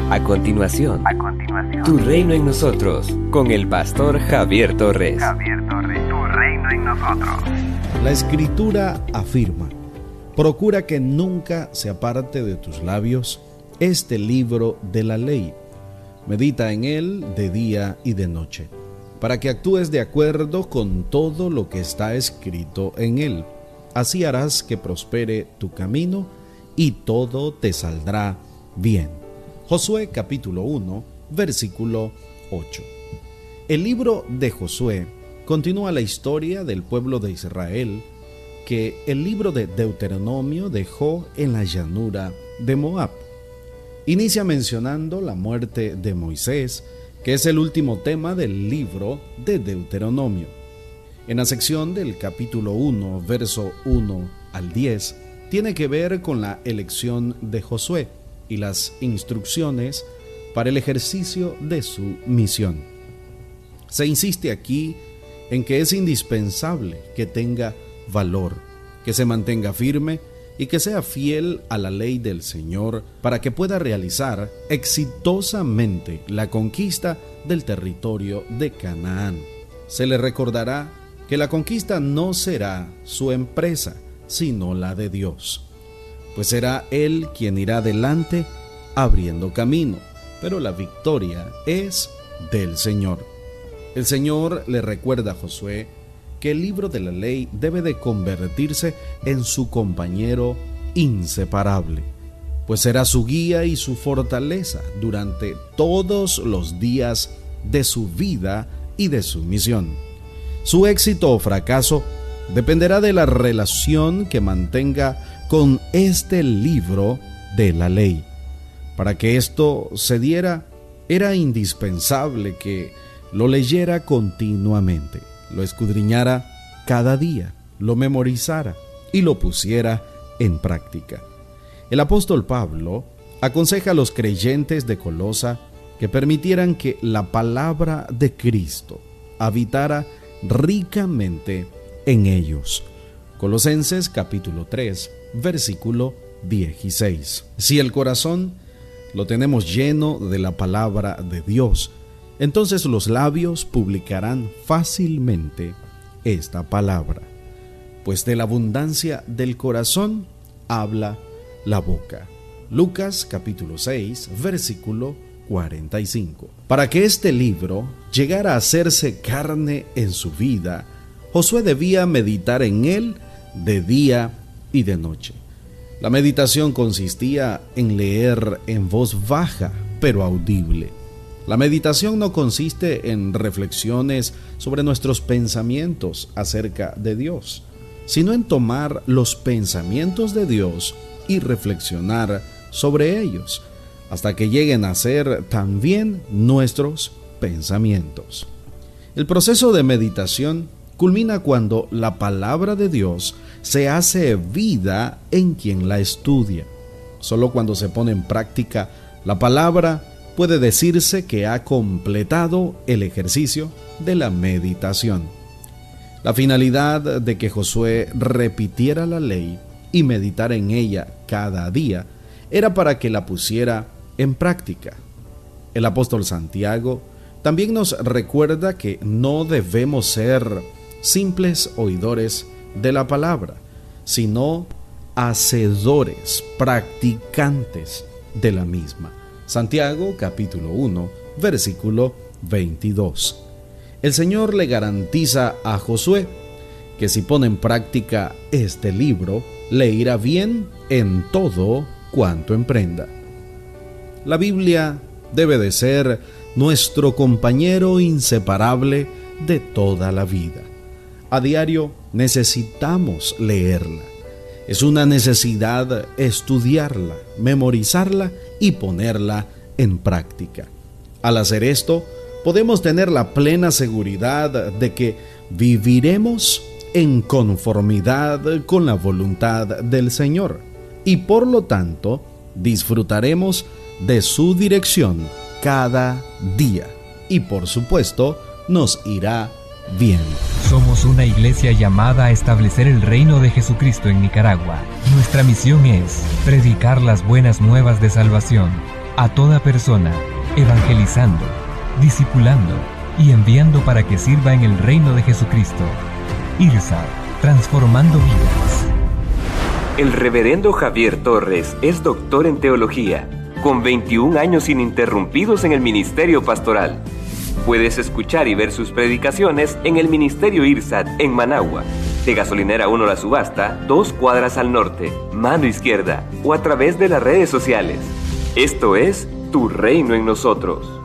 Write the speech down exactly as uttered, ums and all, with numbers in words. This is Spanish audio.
A continuación, A continuación, Tu reino en nosotros, con el pastor Javier Torres. Javier Torres, Tu reino en nosotros. La Escritura afirma: procura que nunca se aparte de tus labios este libro de la ley. Medita en él de día y de noche, para que actúes de acuerdo con todo lo que está escrito en él. Así harás que prospere tu camino y todo te saldrá bien. Josué capítulo uno, versículo ocho. El libro de Josué continúa la historia del pueblo de Israel que el libro de Deuteronomio dejó en la llanura de Moab. Inicia mencionando la muerte de Moisés, que es el último tema del libro de Deuteronomio. En la sección del capítulo uno, verso uno al diez, tiene que ver con la elección de Josué y las instrucciones para el ejercicio de su misión. Se insiste aquí en que es indispensable que tenga valor, que se mantenga firme y que sea fiel a la ley del Señor para que pueda realizar exitosamente la conquista del territorio de Canaán. Se le recordará que la conquista no será su empresa, sino la de Dios, pues será Él quien irá delante abriendo camino, pero la victoria es del Señor. El Señor le recuerda a Josué que el libro de la ley debe de convertirse en su compañero inseparable, pues será su guía y su fortaleza durante todos los días de su vida y de su misión. Su éxito o fracaso dependerá de la relación que mantenga con este libro de la ley. Para que esto se diera, era indispensable que lo leyera continuamente, lo escudriñara cada día, lo memorizara y lo pusiera en práctica. El apóstol Pablo aconseja a los creyentes de Colosa que permitieran que la palabra de Cristo habitara ricamente en ellos. Colosenses capítulo tres, versículo dieciséis. Si el corazón lo tenemos lleno de la palabra de Dios, entonces los labios publicarán fácilmente esta palabra, pues de la abundancia del corazón habla la boca. Lucas capítulo seis, versículo cuarenta y cinco. Para que este libro llegara a hacerse carne en su vida, Josué debía meditar en él de día y de noche. La meditación consistía en leer en voz baja, pero audible. La meditación no consiste en reflexiones sobre nuestros pensamientos acerca de Dios, sino en tomar los pensamientos de Dios y reflexionar sobre ellos, hasta que lleguen a ser también nuestros pensamientos. El proceso de meditación culmina cuando la palabra de Dios se hace vida en quien la estudia. Solo cuando se pone en práctica la palabra puede decirse que ha completado el ejercicio de la meditación. La finalidad de que Josué repitiera la ley y meditara en ella cada día era para que la pusiera en práctica. El apóstol Santiago también nos recuerda que no debemos ser simples oidores de la palabra, sino hacedores, practicantes de la misma. Santiago capítulo uno, versículo veintidós. El Señor le garantiza a Josué que si pone en práctica este libro, le irá bien en todo cuanto emprenda. La Biblia debe de ser nuestro compañero inseparable de toda la vida. A diario necesitamos leerla. Es una necesidad estudiarla, memorizarla y ponerla en práctica. Al hacer esto, podemos tener la plena seguridad de que viviremos en conformidad con la voluntad del Señor y por lo tanto disfrutaremos de su dirección cada día y por supuesto nos irá bien. Somos una iglesia llamada a establecer el reino de Jesucristo en Nicaragua. Nuestra misión es predicar las buenas nuevas de salvación a toda persona, evangelizando, discipulando y enviando para que sirva en el reino de Jesucristo. IRSA, transformando vidas. El reverendo Javier Torres es doctor en teología, con veintiún años ininterrumpidos en el ministerio pastoral. Puedes escuchar y ver sus predicaciones en el Ministerio IRSAT en Managua, de Gasolinera uno La Subasta, dos cuadras al norte, mano izquierda, o a través de las redes sociales. Esto es Tu Reino en Nosotros.